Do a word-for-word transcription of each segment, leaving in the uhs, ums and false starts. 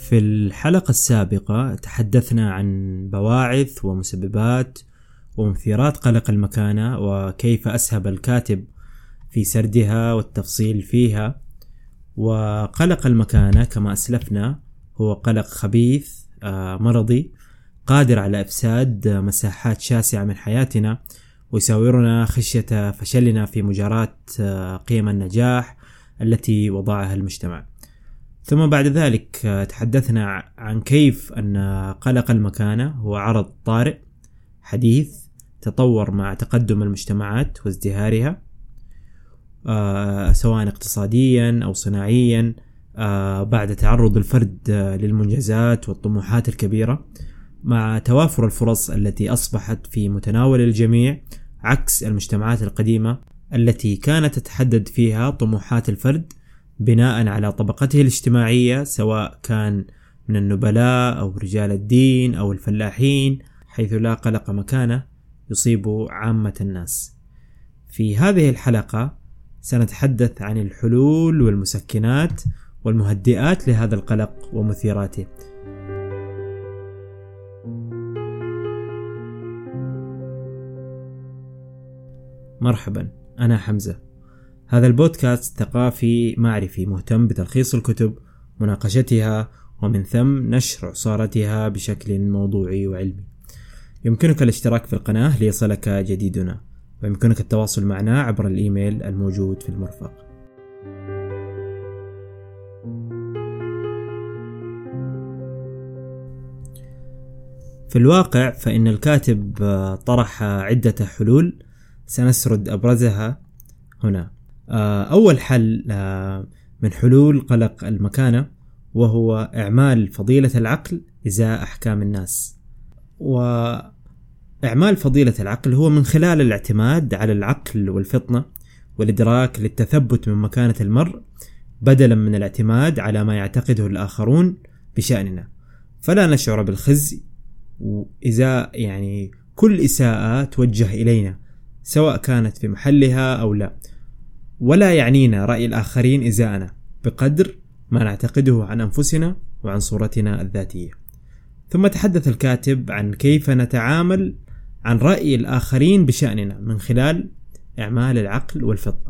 في الحلقة السابقة تحدثنا عن بواعث ومسببات ومثيرات قلق المكانة وكيف أسهب الكاتب في سردها والتفصيل فيها. وقلق المكانة كما أسلفنا هو قلق خبيث مرضي قادر على إفساد مساحات شاسعة من حياتنا ويساورنا خشية فشلنا في مجاراة قيم النجاح التي وضعها المجتمع. ثم بعد ذلك تحدثنا عن كيف أن قلق المكانة هو عرض طارئ حديث تطور مع تقدم المجتمعات وازدهارها آه سواء اقتصاديا أو صناعيا آه بعد تعرض الفرد للمنجزات والطموحات الكبيرة مع توافر الفرص التي أصبحت في متناول الجميع عكس المجتمعات القديمة التي كانت تتحدد فيها طموحات الفرد بناء على طبقته الاجتماعية سواء كان من النبلاء أو رجال الدين أو الفلاحين، حيث لا قلق مكانه يصيب عامة الناس. في هذه الحلقة سنتحدث عن الحلول والمسكنات والمهدئات لهذا القلق ومثيراته. مرحبا، أنا حمزة. هذا البودكاست ثقافي معرفي مهتم بتلخيص الكتب، مناقشتها، ومن ثم نشر عصارتها بشكل موضوعي وعلمي. يمكنك الاشتراك في القناة ليصلك جديدنا، ويمكنك التواصل معنا عبر الإيميل الموجود في المرفق. في الواقع فإن الكاتب طرح عدة حلول سنسرد أبرزها هنا. أول حل من حلول قلق المكانة وهو إعمال فضيلة العقل إزاء أحكام الناس. وإعمال فضيلة العقل هو من خلال الاعتماد على العقل والفطنة والإدراك للتثبت من مكانة المرء بدلا من الاعتماد على ما يعتقده الآخرون بشأننا، فلا نشعر بالخزي وإزاء يعني كل إساءة توجه إلينا سواء كانت في محلها أو لا، ولا يعنينا رأي الآخرين إزاءنا بقدر ما نعتقده عن أنفسنا وعن صورتنا الذاتية. ثم تحدث الكاتب عن كيف نتعامل عن رأي الآخرين بشأننا من خلال إعمال العقل والفطنة.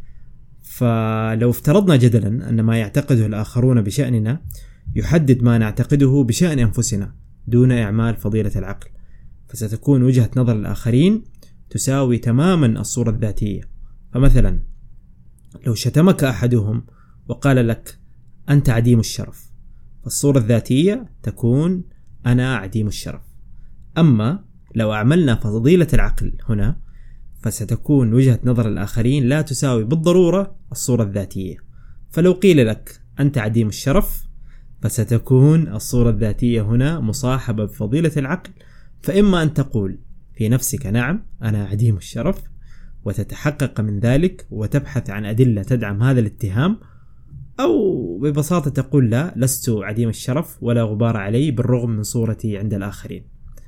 فلو افترضنا جدلا أن ما يعتقده الآخرون بشأننا يحدد ما نعتقده بشأن أنفسنا دون إعمال فضيلة العقل، فستكون وجهة نظر الآخرين تساوي تماما الصورة الذاتية. فمثلا لو شتمك أحدهم وقال لك أنت عديم الشرف، فالصورة الذاتية تكون أنا عديم الشرف. أما لو أعملنا فضيلة العقل هنا فستكون وجهة نظر الآخرين لا تساوي بالضرورة الصورة الذاتية. فلو قيل لك أنت عديم الشرف فستكون الصورة الذاتية هنا مصاحبة بفضيلة العقل، فإما أن تقول في نفسك نعم أنا عديم الشرف وتتحقق من ذلك وتبحث عن أدلة تدعم هذا الاتهام، أو ببساطة تقول لا لست عديم الشرف ولا غبار علي بالرغم من صورتي عند الآخرين.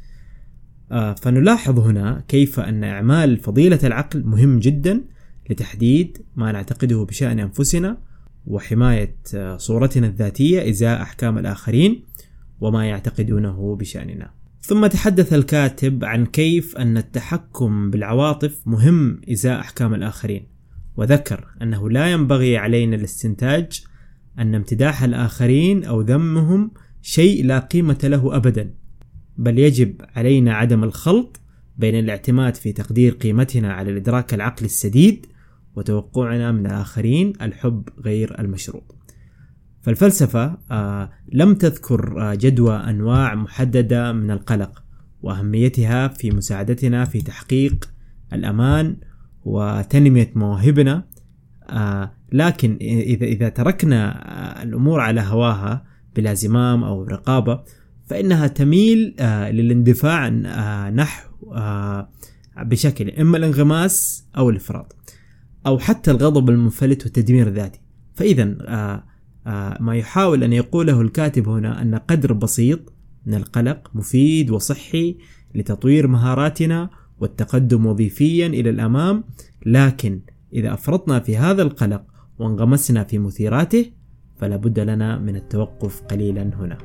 آه فنلاحظ هنا كيف أن إعمال فضيلة العقل مهم جدا لتحديد ما نعتقده بشأن أنفسنا وحماية صورتنا الذاتية إزاء أحكام الآخرين وما يعتقدونه بشأننا. ثم تحدث الكاتب عن كيف أن التحكم بالعواطف مهم إزاء أحكام الآخرين، وذكر أنه لا ينبغي علينا الاستنتاج أن امتداح الآخرين أو ذمهم شيء لا قيمة له أبدا، بل يجب علينا عدم الخلط بين الاعتماد في تقدير قيمتنا على الإدراك العقلي السديد وتوقعنا من الآخرين الحب غير المشروط. فالفلسفة آه لم تذكر آه جدوى أنواع محددة من القلق وأهميتها في مساعدتنا في تحقيق الأمان وتنمية مواهبنا، آه لكن إذا إذا تركنا آه الأمور على هواها بلا زمام أو رقابة فإنها تميل آه للاندفاع آه نحو آه بشكل إما الانغماس أو الإفراط أو حتى الغضب المنفلت والتدمير الذاتي. فإذا آه آه ما يحاول أن يقوله الكاتب هنا أن قدر بسيط من القلق مفيد وصحي لتطوير مهاراتنا والتقدم وظيفيا إلى الأمام، لكن إذا أفرطنا في هذا القلق وانغمسنا في مثيراته فلا بد لنا من التوقف قليلا هنا.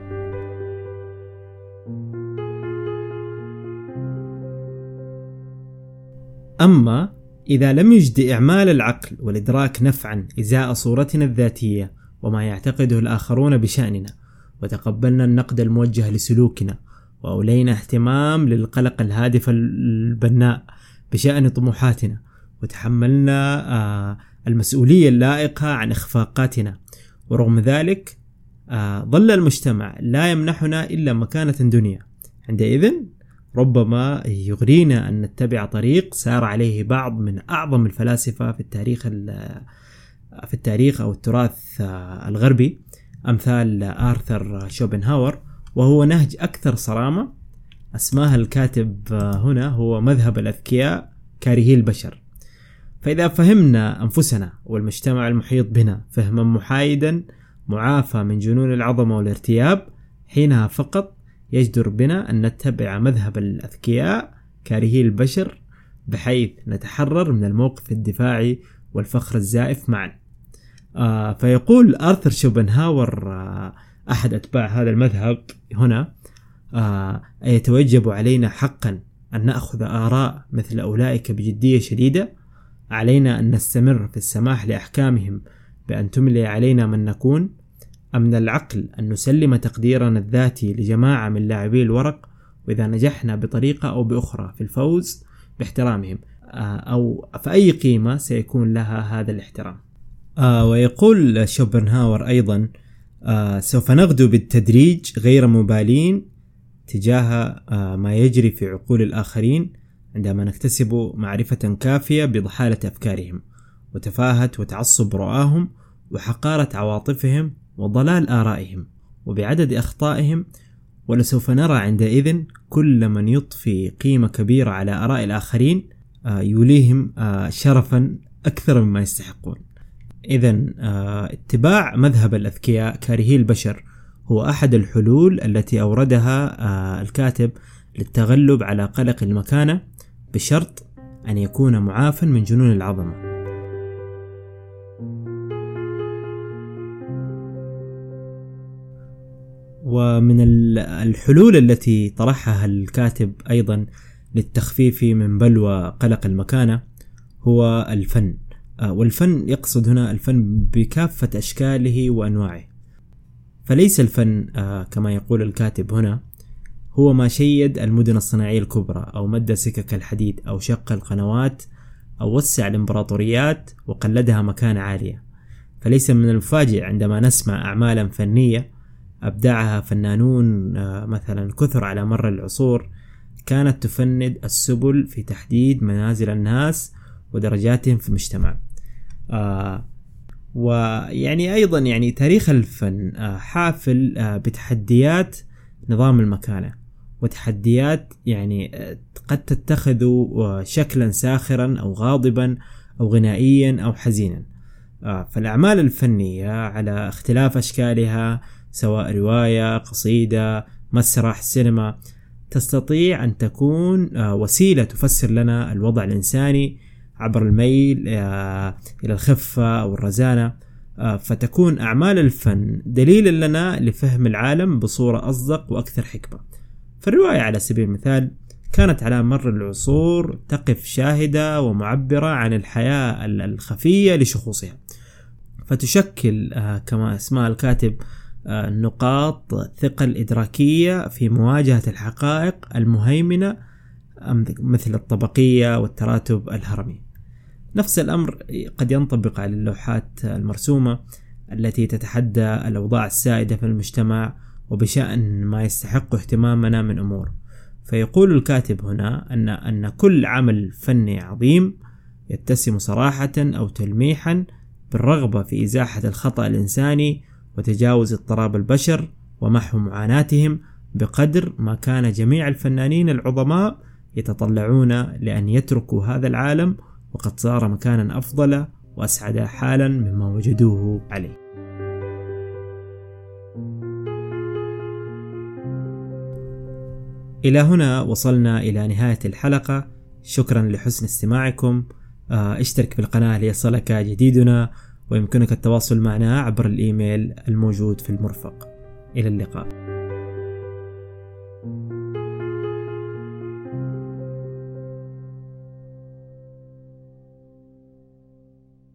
أما إذا لم يجد إعمال العقل والإدراك نفعا إزاء صورتنا الذاتية وما يعتقده الآخرون بشأننا، وتقبلنا النقد الموجه لسلوكنا، وأولينا اهتمام للقلق الهادف البناء بشأن طموحاتنا، وتحملنا آه المسؤولية اللائقة عن إخفاقاتنا، ورغم ذلك آه ظل المجتمع لا يمنحنا إلا مكانة دنيا، عندئذ ربما يغرينا أن نتبع طريق سار عليه بعض من أعظم الفلاسفة في التاريخ في التاريخ أو التراث الغربي، أمثال آرثر شوبنهاور، وهو نهج أكثر صرامة. أسماها الكاتب هنا هو مذهب الأذكياء كارهي البشر. فإذا فهمنا أنفسنا والمجتمع المحيط بنا فهما محايدا معافى من جنون العظمة والارتياب، حينها فقط يجدر بنا أن نتبع مذهب الأذكياء كارهي البشر، بحيث نتحرر من الموقف الدفاعي والفخر الزائف معا. آه فيقول آرثر شوبنهاور آه أحد أتباع هذا المذهب هنا: آه أيتوجب علينا حقا أن نأخذ آراء مثل أولئك بجدية شديدة؟ علينا أن نستمر في السماح لأحكامهم بأن تملي علينا من نكون؟ أم من العقل أن نسلم تقديرنا الذاتي لجماعة من لاعبي الورق، وإذا نجحنا بطريقة أو بأخرى في الفوز باحترامهم أو فأي قيمة سيكون لها هذا الاحترام. آه ويقول شوبنهاور أيضا: آه سوف نغدو بالتدريج غير مبالين تجاه آه ما يجري في عقول الآخرين عندما نكتسب معرفة كافية بضحالة أفكارهم وتفاهة وتعصب رؤاهم وحقارة عواطفهم وضلال آرائهم وبعدد أخطائهم، ولسوف نرى عندئذ كل من يضفي قيمة كبيرة على آراء الآخرين آه يوليهم آه شرفا أكثر مما يستحقون. إذن آه اتباع مذهب الأذكياء كارهي البشر هو أحد الحلول التي أوردها آه الكاتب للتغلب على قلق المكانة، بشرط أن يكون معافى من جنون العظمة. ومن الحلول التي طرحها الكاتب أيضا للتخفيف من بلوى قلق المكانة هو الفن. والفن يقصد هنا الفن بكافة أشكاله وأنواعه. فليس الفن كما يقول الكاتب هنا هو ما شيد المدن الصناعية الكبرى أو مد سكك الحديد أو شق القنوات أو وسع الإمبراطوريات وقلدها مكانة عالية. فليس من المفاجئ عندما نسمع أعمالا فنية أبدعها فنانون مثلا كثر على مر العصور كانت تفند السبل في تحديد منازل الناس ودرجاتهم في المجتمع. آه ويعني أيضا يعني تاريخ الفن آه حافل آه بتحديات نظام المكانة، وتحديات يعني قد تتخذ شكلا ساخرا أو غاضبا أو غنائيا أو حزينا. آه فالأعمال الفنية على اختلاف أشكالها، سواء رواية، قصيدة، مسرح، سينما، تستطيع أن تكون آه وسيلة تفسر لنا الوضع الإنساني عبر الميل آه إلى الخفة أو الرزانة. آه فتكون أعمال الفن دليلا لنا لفهم العالم بصورة أصدق وأكثر حكمة. فالرواية على سبيل المثال كانت على مر العصور تقف شاهدة ومعبرة عن الحياة الخفية لشخوصها، فتشكل آه كما اسمها الكاتب آه نقاط ثقل إدراكية في مواجهة الحقائق المهيمنة مثل الطبقية والتراتب الهرمي. نفس الأمر قد ينطبق على اللوحات المرسومة التي تتحدى الأوضاع السائدة في المجتمع وبشأن ما يستحق اهتمامنا من أمور. فيقول الكاتب هنا أن أن كل عمل فني عظيم يتسم صراحة أو تلميحا بالرغبة في إزاحة الخطأ الإنساني وتجاوز اضطراب البشر ومحو معاناتهم، بقدر ما كان جميع الفنانين العظماء يتطلعون لأن يتركوا هذا العالم وقد صار مكانا أفضل وأسعد حالا مما وجدوه عليه. إلى هنا وصلنا إلى نهاية الحلقة. شكرا لحسن استماعكم. اشترك بالقناة ليصلك جديدنا، ويمكنك التواصل معنا عبر الإيميل الموجود في المرفق. إلى اللقاء.